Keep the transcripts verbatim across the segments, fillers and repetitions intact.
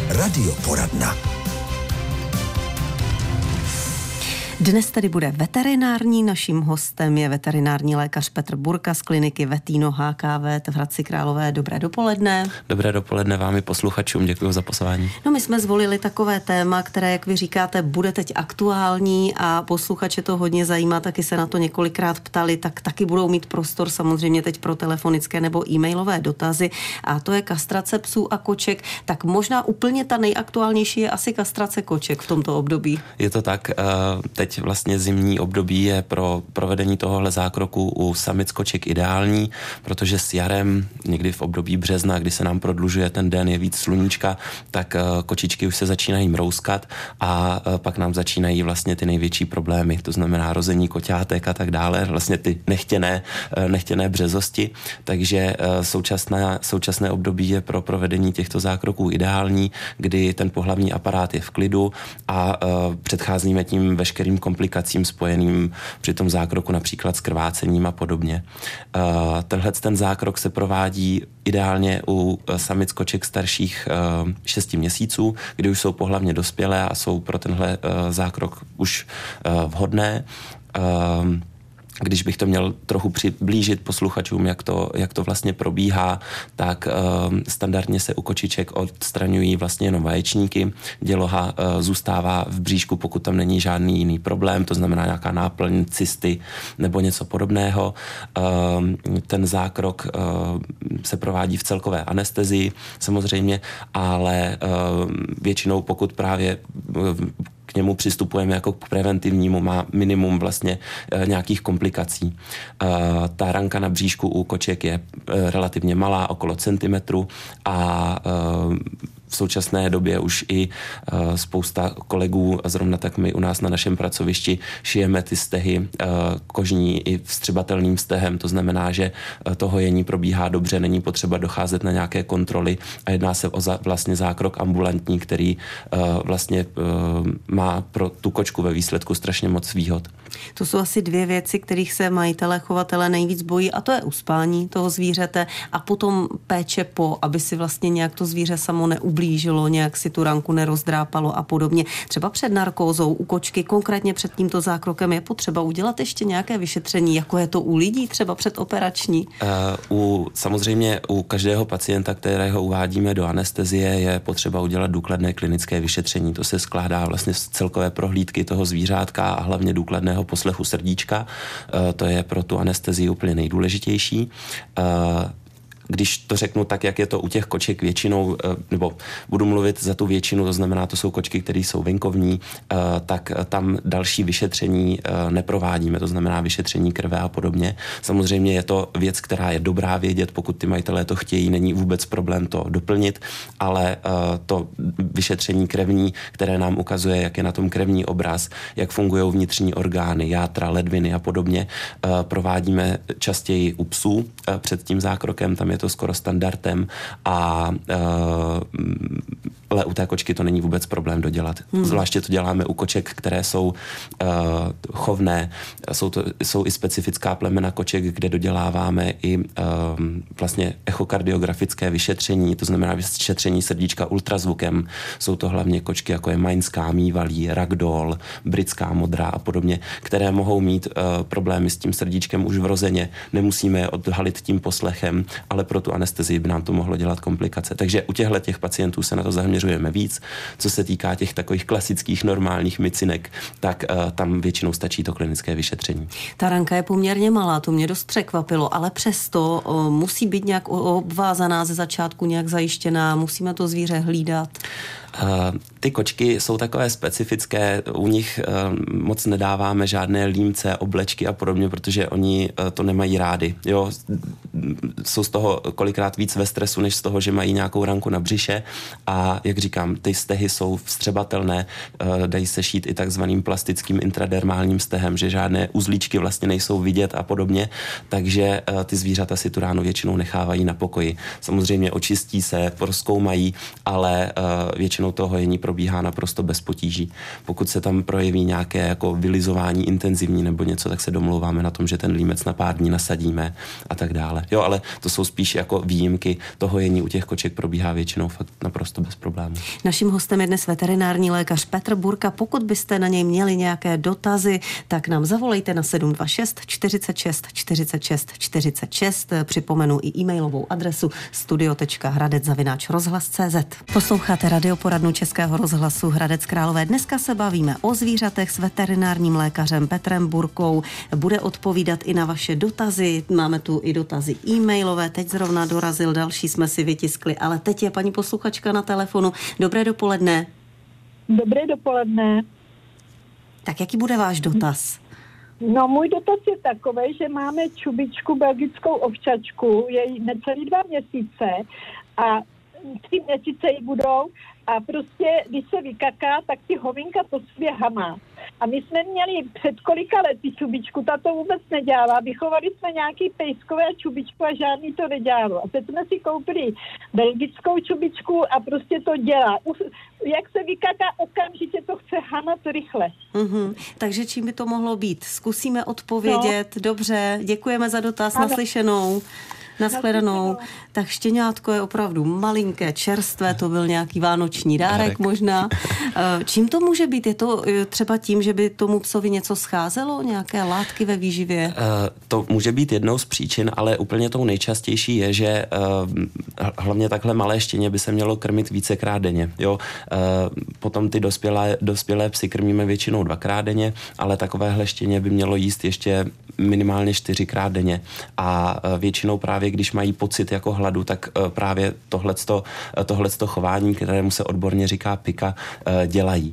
Radioporadna. Dnes tedy bude veterinární. Naším hostem je veterinární lékař Petr Burka z kliniky Vetino H K V v Hradci Králové. Dobré dopoledne. Dobré dopoledne vám i posluchačům. Děkuji za pozvání. No, my jsme zvolili takové téma, které, jak vy říkáte, bude teď aktuální a posluchače to hodně zajímá, taky se na to několikrát ptali, tak taky budou mít prostor samozřejmě teď pro telefonické nebo e-mailové dotazy. A to je kastrace psů a koček. Tak možná úplně ta nejaktuálnější je asi kastrace koček v tomto období. Je to tak. Teď vlastně zimní období je pro provedení tohohle zákroku u samic koček ideální, protože s jarem, někdy v období března, kdy se nám prodlužuje ten den, je víc sluníčka, tak kočičky už se začínají mrouskat a pak nám začínají vlastně ty největší problémy, to znamená rození koťátek a tak dále, vlastně ty nechtěné, nechtěné březosti, takže současné, současné období je pro provedení těchto zákroků ideální, kdy ten pohlavní aparát je v klidu a předcházíme tím veškerým komplikacím spojeným při tom zákroku, například s krvácením a podobně. Tenhle ten zákrok se provádí ideálně u samic koček starších šesti měsíců, kdy už jsou pohlavně dospělé a jsou pro tenhle zákrok už vhodné. Když bych to měl trochu přiblížit posluchačům, jak to, jak to vlastně probíhá, tak uh, standardně se u kočiček odstraňují vlastně jenom vaječníky. Děloha uh, zůstává v bříšku, pokud tam není žádný jiný problém, to znamená nějaká náplň, cysty nebo něco podobného. Uh, ten zákrok uh, se provádí v celkové anestezii samozřejmě, ale uh, většinou pokud právě uh, k němu přistupujeme jako k preventivnímu, má minimum vlastně e, nějakých komplikací. E, ta ranka na bříšku u koček je e, relativně malá, okolo centimetru a e, v současné době už i uh, spousta kolegů, zrovna tak my u nás na našem pracovišti šijeme ty stehy uh, kožní i vstřebatelným stehem, to znamená, že uh, to hojení probíhá dobře, není potřeba docházet na nějaké kontroly a jedná se o za, vlastně zákrok ambulantní, který uh, vlastně uh, má pro tu kočku ve výsledku strašně moc výhod. To jsou asi dvě věci, kterých se majitelé, chovatelé nejvíc bojí, a to je uspání toho zvířete a potom péče po, aby si vlastně nějak to zvíře samo neublížilo, nějak si tu ranku nerozdrápalo a podobně. Třeba před narkózou u kočky, konkrétně před tímto zákrokem, je potřeba udělat ještě nějaké vyšetření, jako je to u lidí, třeba předoperační? Uh, u, samozřejmě u každého pacienta, kterého uvádíme do anestezie, je potřeba udělat důkladné klinické vyšetření. To se skládá vlastně z celkové prohlídky toho zvířátka a hlavně důkladného poslechu srdíčka. Uh, to je pro tu anestezii úplně nejdůležitější. Uh, Když to řeknu tak, jak je to u těch koček většinou, nebo budu mluvit za tu většinu, to znamená, to jsou kočky, které jsou venkovní, tak tam další vyšetření neprovádíme, to znamená vyšetření krve a podobně. Samozřejmě je to věc, která je dobrá vědět, pokud ty majitelé to chtějí, není vůbec problém to doplnit, ale to vyšetření krevní, které nám ukazuje, jak je na tom krevní obraz, jak fungují vnitřní orgány, játra, ledviny a podobně, provádíme častěji u psů před tím zákrokem, tam je to skoro standardem a ale u té kočky to není vůbec problém dodělat. Hmm. Zvláště to děláme u koček, které jsou uh, chovné. Jsou, to, jsou i specifická plemena koček, kde doděláváme i uh, vlastně echokardiografické vyšetření, to znamená vyšetření srdíčka ultrazvukem. Jsou to hlavně kočky, jako je maňská, mývalí, ragdoll, britská modrá a podobně, které mohou mít uh, problémy s tím srdíčkem už vrozeně. Nemusíme je odhalit tím poslechem, ale pro tu anestezii by nám to mohlo dělat komplikace. Takže u těchto těch pacientů se na to zaměřujeme víc. Co se týká těch takových klasických normálních mycinek, tak uh, tam většinou stačí to klinické vyšetření. Ta ranka je poměrně malá, to mě dost překvapilo, ale přesto uh, musí být nějak obvázaná ze začátku, nějak zajištěná, musíme to zvíře hlídat. Uh, ty kočky jsou takové specifické, u nich uh, moc nedáváme žádné límce, oblečky a podobně, protože oni uh, to nemají rádi. Jo? Jsou z toho kolikrát víc ve stresu, než z toho, že mají nějakou ranku na břiše a jak říkám, ty stehy jsou vstřebatelné, uh, dají se šít i takzvaným plastickým intradermálním stehem, že žádné uzlíčky vlastně nejsou vidět a podobně, takže uh, ty zvířata si tu ránu většinou nechávají na pokoji. Samozřejmě očistí se, prozkoumají, ale uh, většinou většinou to hojení probíhá naprosto bez potíží. Pokud se tam projeví nějaké jako vylizování intenzivní nebo něco, tak se domlouváme na tom, že ten límec na pár dní nasadíme a tak dále. Jo, ale to jsou spíš jako výjimky. To hojení u těch koček probíhá většinou fakt naprosto bez problémů. Naším hostem je dnes veterinární lékař Petr Burka. Pokud byste na něj měli nějaké dotazy, tak nám zavolejte na sedm dva šest čtyřicet šest čtyřicet šest čtyřicet šest. Připomenu i e-mailovou adresu studio tečka hradec zavináč rozhlas tečka cé zet. Posloucháte radioporadnu Českého rozhlasu Hradec Králové. Dneska se bavíme o zvířatech s veterinárním lékařem Petrem Burkou. Bude odpovídat i na vaše dotazy. Máme tu i dotazy e-mailové. Teď zrovna dorazil, další jsme si vytiskli, ale teď je paní posluchačka na telefonu. Dobré dopoledne. Dobré dopoledne. Tak jaký bude váš dotaz? No, můj dotaz je takový, že máme čubičku, belgickou ovčačku, je jí necelý dva měsíce a tři měsíce jí budou a prostě, když se vykaká, tak ty hovinka po sobě hamá. A my jsme měli před kolika lety čubičku, ta to vůbec nedělala. Vychovali jsme nějaký pejskové čubičku a žádný to nedělalo. A teď jsme si koupili belgickou čubičku a prostě to dělá. Jak se vykaká, okamžitě to chce hamat rychle. Mm-hmm. Takže čím by to mohlo být? Zkusíme odpovědět. No. Dobře, děkujeme za dotaz, ano. Naslyšenou. Nashledanou. Tak štěňátko je opravdu malinké, čerstvé, to byl nějaký vánoční dárek, dárek možná. Čím to může být? Je to třeba tím, že by tomu psovi něco scházelo? Nějaké látky ve výživě? To může být jednou z příčin, ale úplně tou nejčastější je, že hlavně takhle malé štěně by se mělo krmit vícekrát denně. Jo? Potom ty dospělé, dospělé psy krmíme většinou dvakrát denně, ale takovéhle štěně by mělo jíst ještě minimálně čtyřikrát denně. A většinou právě, když mají pocit jako hladu, tak právě tohleto, tohleto chování, kterému se odborně říká pika, dělají.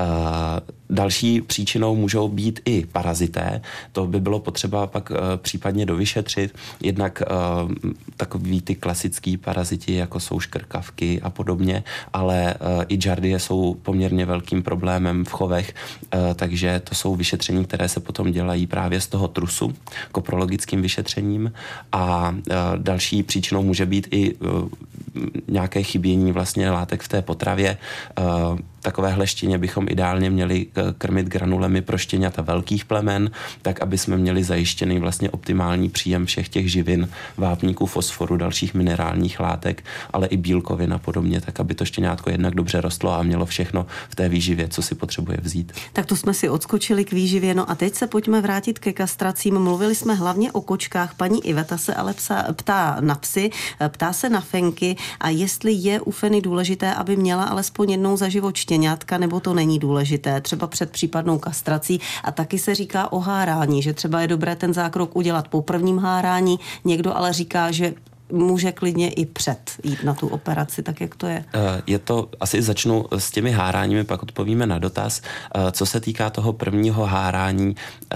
Další příčinou můžou být i parazité. To by bylo potřeba pak uh, případně dovyšetřit. Jednak uh, takový ty klasický paraziti, jako jsou škrkavky a podobně, ale uh, i giardie jsou poměrně velkým problémem v chovech, uh, takže to jsou vyšetření, které se potom dělají právě z toho trusu, koprologickým vyšetřením. A uh, další příčinou může být i uh, nějaké chybění vlastně látek v té potravě. Uh, Takovéhle štěně bychom ideálně měli krmit granulemi pro štěňata velkých plemen, tak aby jsme měli zajištěný vlastně optimální příjem všech těch živin, vápníků, fosforu, dalších minerálních látek, ale i bílkovin a podobně, tak aby to štěňátko jednak dobře rostlo a mělo všechno v té výživě, co si potřebuje vzít. Tak to jsme si odskočili k výživě, no a teď se pojďme vrátit ke kastracím. Mluvili jsme hlavně o kočkách, paní Iveta se ale psa, ptá na psy, ptá se na fenky a jestli je u feny důležité, aby měla alespoň jednou za život štěňátka, nebo to není důležité, třeba před případnou kastrací. A taky se říká o hárání, že třeba je dobré ten zákrok udělat po prvním hárání, někdo ale říká, že může klidně i před jít na tu operaci, tak jak to je? Je to, asi začnu s těmi háráními, pak odpovíme na dotaz. Co se týká toho prvního hárání,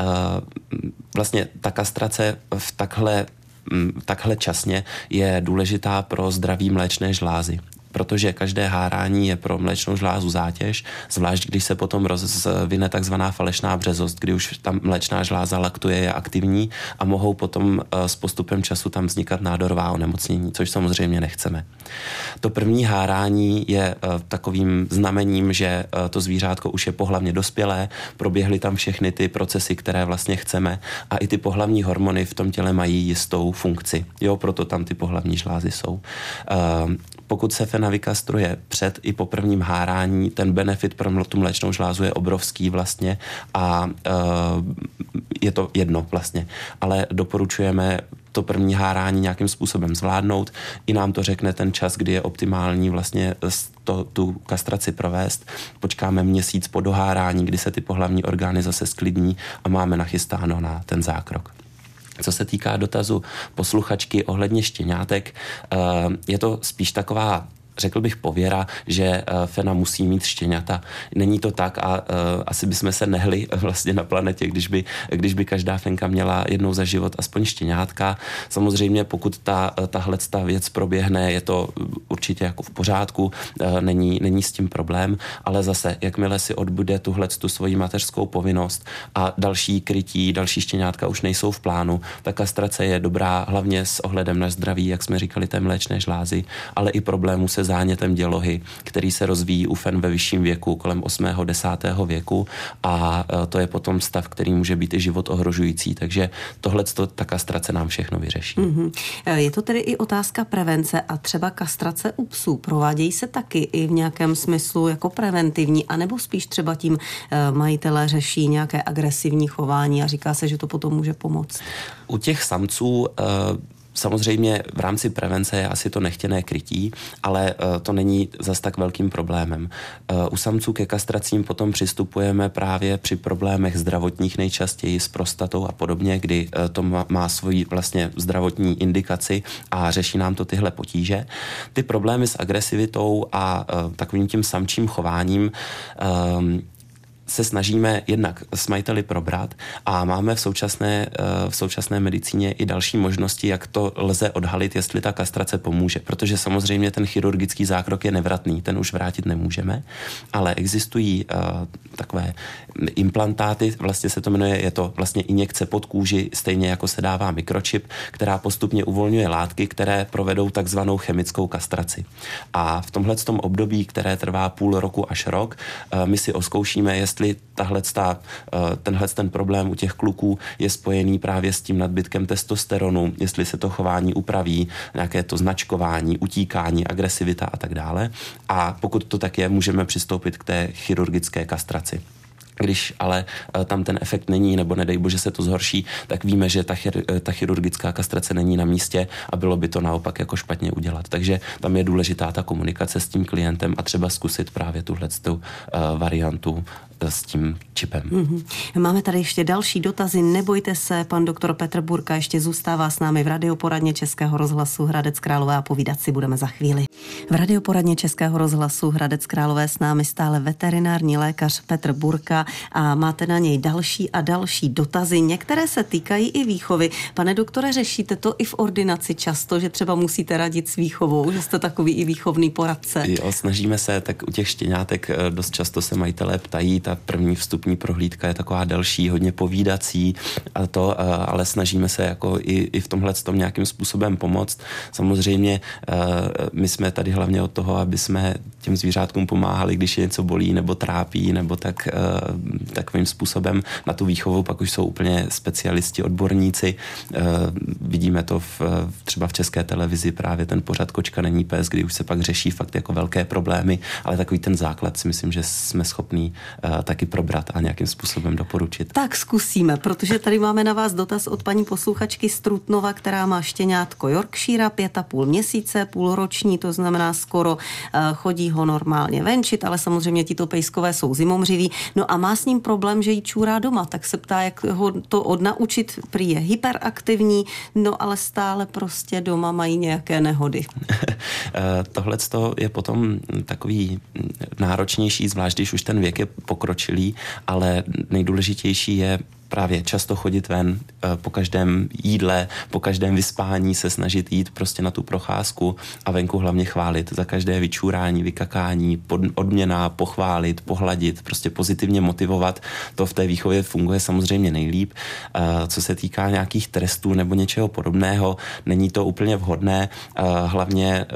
vlastně ta kastrace v takhle, takhle časně je důležitá pro zdraví mléčné žlázy. Protože každé hárání je pro mléčnou žlázu zátěž, zvlášť když se potom rozvine takzvaná falešná březost, kdy už ta mléčná žláza laktuje, je aktivní a mohou potom s postupem času tam vznikat nádorová onemocnění, což samozřejmě nechceme. To první hárání je takovým znamením, že to zvířátko už je pohlavně dospělé, proběhly tam všechny ty procesy, které vlastně chceme a i ty pohlavní hormony v tom těle mají jistou funkci. Jo, proto tam ty pohlavní žlázy jsou. Pokud se fena vykastruje před i po prvním hárání, ten benefit pro tu mléčnou žlázu je obrovský vlastně a e, je to jedno vlastně. Ale doporučujeme to první hárání nějakým způsobem zvládnout. I nám to řekne ten čas, kdy je optimální vlastně to, tu kastraci provést. Počkáme měsíc po dohárání, kdy se ty pohlavní orgány zase sklidní a máme nachystáno na ten zákrok. Co se týká dotazu posluchačky ohledně štěňátek, je to spíš taková, řekl bych, pověra, že fena musí mít štěňata. Není to tak a uh, asi bychom se nehli vlastně na planetě, když by, když by každá fenka měla jednou za život aspoň štěňátka. Samozřejmě pokud ta, tahle ta věc proběhne, je to určitě jako v pořádku, uh, není, není s tím problém, ale zase, jakmile si odbude tuhle tu svoji mateřskou povinnost a další krytí, další štěňátka už nejsou v plánu, ta kastrace je dobrá hlavně s ohledem na zdraví, jak jsme říkali, té mléčné žlázy, ale i problémů se se zánětem dělohy, který se rozvíjí u fen ve vyšším věku, kolem osmého desátého věku a to je potom stav, který může být i život ohrožující, takže tohle ta kastrace nám všechno vyřeší. Mm-hmm. Je to tedy i otázka prevence a třeba kastrace u psů provádějí se taky i v nějakém smyslu jako preventivní, anebo spíš třeba tím majitelé řeší nějaké agresivní chování a říká se, že to potom může pomoct? U těch samců samozřejmě v rámci prevence je asi to nechtěné krytí, ale to není zas tak velkým problémem. U samců ke kastracím potom přistupujeme právě při problémech zdravotních nejčastěji s prostatou a podobně, kdy to má, má svoji vlastně zdravotní indikaci a řeší nám to tyhle potíže. Ty problémy s agresivitou a takovým tím samčím chováním se snažíme jednak s majiteli probrat a máme v současné, v současné medicíně i další možnosti, jak to lze odhalit, jestli ta kastrace pomůže. Protože samozřejmě ten chirurgický zákrok je nevratný, ten už vrátit nemůžeme, ale existují uh, takové implantáty, vlastně se to jmenuje, je to vlastně injekce pod kůži, stejně jako se dává mikročip, která postupně uvolňuje látky, které provedou takzvanou chemickou kastraci. A v tomhletom období, které trvá půl roku až rok, uh, my si oskoušíme, jestli tahlecta, tenhle ten problém u těch kluků je spojený právě s tím nadbytkem testosteronu, jestli se to chování upraví, nějaké to značkování, utíkání, agresivita a tak dále. A pokud to tak je, můžeme přistoupit k té chirurgické kastraci. Když ale tam ten efekt není, nebo nedej bože se to zhorší, tak víme, že ta, chir, ta chirurgická kastrace není na místě a bylo by to naopak jako špatně udělat. Takže tam je důležitá ta komunikace s tím klientem a třeba zkusit právě tuhletu uh, variantu s tím čipem. Mm-hmm. Máme tady ještě další dotazy. Nebojte se, pan doktor Petr Burka ještě zůstává s námi v radioporadně Českého rozhlasu Hradec Králové a povídat si budeme za chvíli. V radioporadně Českého rozhlasu Hradec Králové s námi stále veterinární lékař Petr Burka a máte na něj další a další dotazy. Některé se týkají i výchovy. Pane doktore, řešíte to i v ordinaci často, že třeba musíte radit s výchovou, že jste takový i výchovný poradce? Jo, snažíme se, tak u těch štěňátek dost často se majitelé ptají, ta první vstupní prohlídka je taková delší, hodně povídací a to, ale snažíme se jako i, i v tomhle tom nějakým způsobem pomoct. Samozřejmě my jsme tady hlavně od toho, aby jsme těm zvířátkům pomáhali, když je něco bolí nebo trápí, nebo tak takovým způsobem. Na tu výchovu pak už jsou úplně specialisti, odborníci. Vidíme to v, třeba v České televizi právě ten pořad Kočka není pes, kdy už se pak řeší fakt jako velké problémy, ale takový ten základ si myslím, že jsme schopní taky probrat a nějakým způsobem doporučit. Tak zkusíme, protože tady máme na vás dotaz od paní posluchačky z Trutnova, která má štěňátko Yorkshire, pět a půl měsíce, půlroční, to znamená skoro, chodí ho normálně venčit, ale samozřejmě tito pejskové jsou zimomřiví. No a má s ním problém, že jí čůrá doma, tak se ptá, jak ho to odnaučit. Prý je hyperaktivní, no ale stále prostě doma mají nějaké nehody. Tohle je potom takový náročnější, zvlášť když už ten věk je pokročilý, ale nejdůležitější je právě často chodit ven, po každém jídle, po každém vyspání se snažit jít prostě na tu procházku a venku hlavně chválit za každé vyčůrání, vykakání, odměna, pochválit, pohladit, prostě pozitivně motivovat. To v té výchově funguje samozřejmě nejlíp. Co se týká nějakých trestů nebo něčeho podobného, není to úplně vhodné, hlavně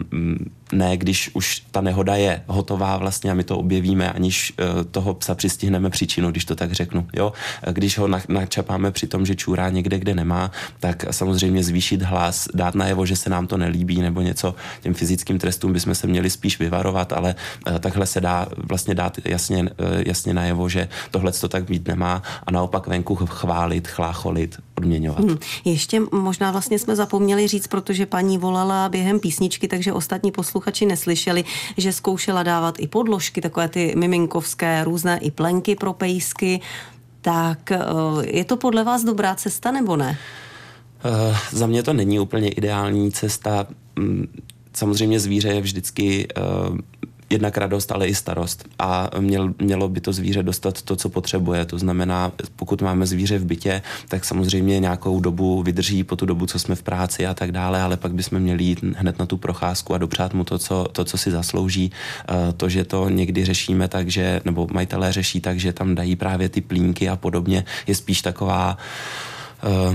ne, když už ta nehoda je hotová vlastně a my to objevíme, aniž toho psa přistihneme příčinu, když to tak řeknu. Jo? Když ho načapáme při tom, že čůrá někde, kde nemá, tak samozřejmě zvýšit hlas, dát najevo, že se nám to nelíbí nebo něco. Těm fyzickým trestům bychom se měli spíš vyvarovat, ale takhle se dá vlastně dát jasně, jasně najevo, že tohle to tak být nemá a naopak venku chválit, chlácholit, odměňovat. Hmm. Ještě možná vlastně jsme zapomněli říct, protože paní volala během písničky, takže ostatní posluchači neslyšeli, že zkoušela dávat i podložky, takové ty miminkovské, různé i plenky pro pejsky. Tak je to podle vás dobrá cesta nebo ne? Uh, za mě to není úplně ideální cesta. Samozřejmě zvíře je vždycky uh, jednak radost, ale i starost. A měl, mělo by to zvíře dostat to, co potřebuje. To znamená, pokud máme zvíře v bytě, tak samozřejmě nějakou dobu vydrží po tu dobu, co jsme v práci a tak dále, ale pak bychom měli jít hned na tu procházku a dopřát mu to, co, to, co si zaslouží. To, že to někdy řešíme tak, že, nebo majitelé řeší tak, že tam dají právě ty plínky a podobně, je spíš taková... Uh,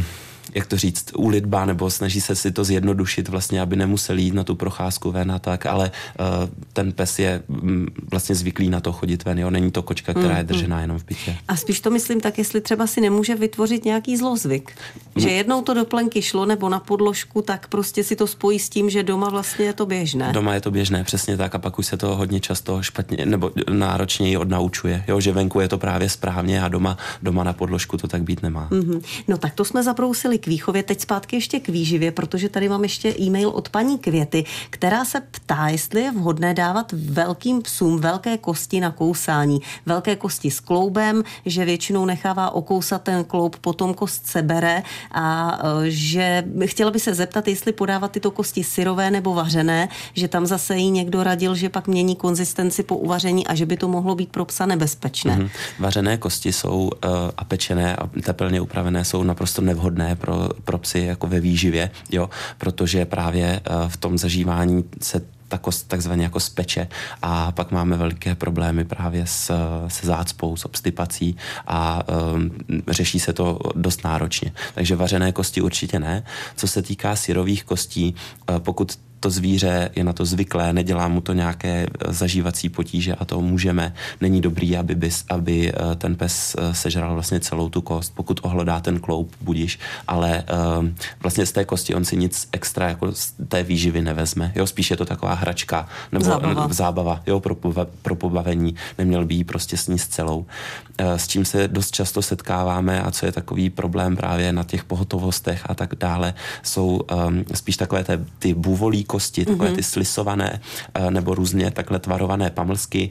jak to říct, úlitba, nebo snaží se si to zjednodušit vlastně, aby nemuseli jít na tu procházku ven a tak, ale uh, ten pes je um, vlastně zvyklý na to chodit ven, jo, není to kočka, která je držená jenom v bytě. A spíš to myslím tak, jestli třeba si nemůže vytvořit nějaký zlozvyk, že jednou to do plenky šlo nebo na podložku, tak prostě si to spojí s tím, že doma vlastně je to běžné. Doma je to běžné, přesně tak, a pak už se to hodně často špatně nebo náročněji odnaučuje, jo, že venku je to právě správně a doma, doma na podložku to tak být nemá. Mm-hmm. No tak to jsme zabrousili k výchově, teď zpátky ještě k výživě, protože tady mám ještě e-mail od paní Květy, která se ptá, jestli je vhodné dávat velkým psům velké kosti na kousání, velké kosti s kloubem, že většinou nechává okousat ten kloub, potom kost sebere a že chtěla by se zeptat, jestli podávat tyto kosti syrové nebo vařené, že tam zase jí někdo radil, že pak mění konzistenci po uvaření a že by to mohlo být pro psa nebezpečné. Mm-hmm. Vařené kosti jsou uh, a pečené a tepelně upravené jsou naprosto nevhodné pro, pro psy jako ve výživě, jo, protože právě uh, v tom zažívání se ta kost takzvaně jako speče a pak máme velké problémy právě s, se zácpou, s obstipací a um, řeší se to dost náročně. Takže vařené kosti určitě ne. Co se týká syrových kostí, uh, pokud to zvíře je na to zvyklé, nedělá mu to nějaké zažívací potíže a to můžeme. Není dobrý, aby, bys, aby ten pes sežral vlastně celou tu kost. Pokud ohlodá ten kloub, budiš, ale uh, vlastně z té kosti on si nic extra jako z té výživy nevezme. Jo, spíš je to taková hračka nebo zábava, zábava jo, pro, pro pobavení. Neměl by jí prostě sníst celou. Uh, s čím se dost často setkáváme a co je takový problém právě na těch pohotovostech a tak dále, jsou um, spíš takové ty, ty bůvolí kosti, takové ty slisované nebo různě takhle tvarované pamlsky,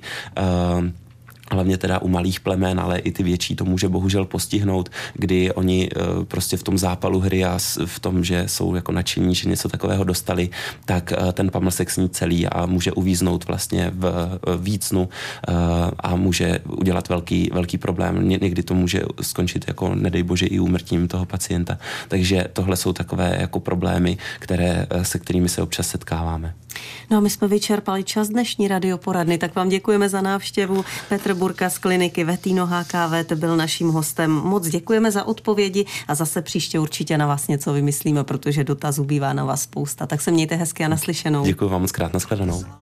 hlavně teda u malých plemen, ale i ty větší to může bohužel postihnout, kdy oni uh, prostě v tom zápalu hry a v tom, že jsou jako nadšení, že něco takového dostali, tak uh, ten pamlsek sní celý a může uvíznout vlastně v uh, vícnu uh, a může udělat velký, velký problém. Ně, někdy to může skončit jako, nedej bože, i úmrtím toho pacienta. Takže tohle jsou takové jako problémy, které, uh, se kterými se občas setkáváme. No a my jsme vyčerpali čas dnešní radioporadny, tak vám děkujeme za návštěvu. Petr Burka z kliniky Vetino H K V byl naším hostem. Moc děkujeme za odpovědi a zase příště určitě na vás něco vymyslíme, protože dotazů bývá na vás spousta. Tak se mějte hezky a naslyšenou. Děkuji vám moc krát, nashledanou.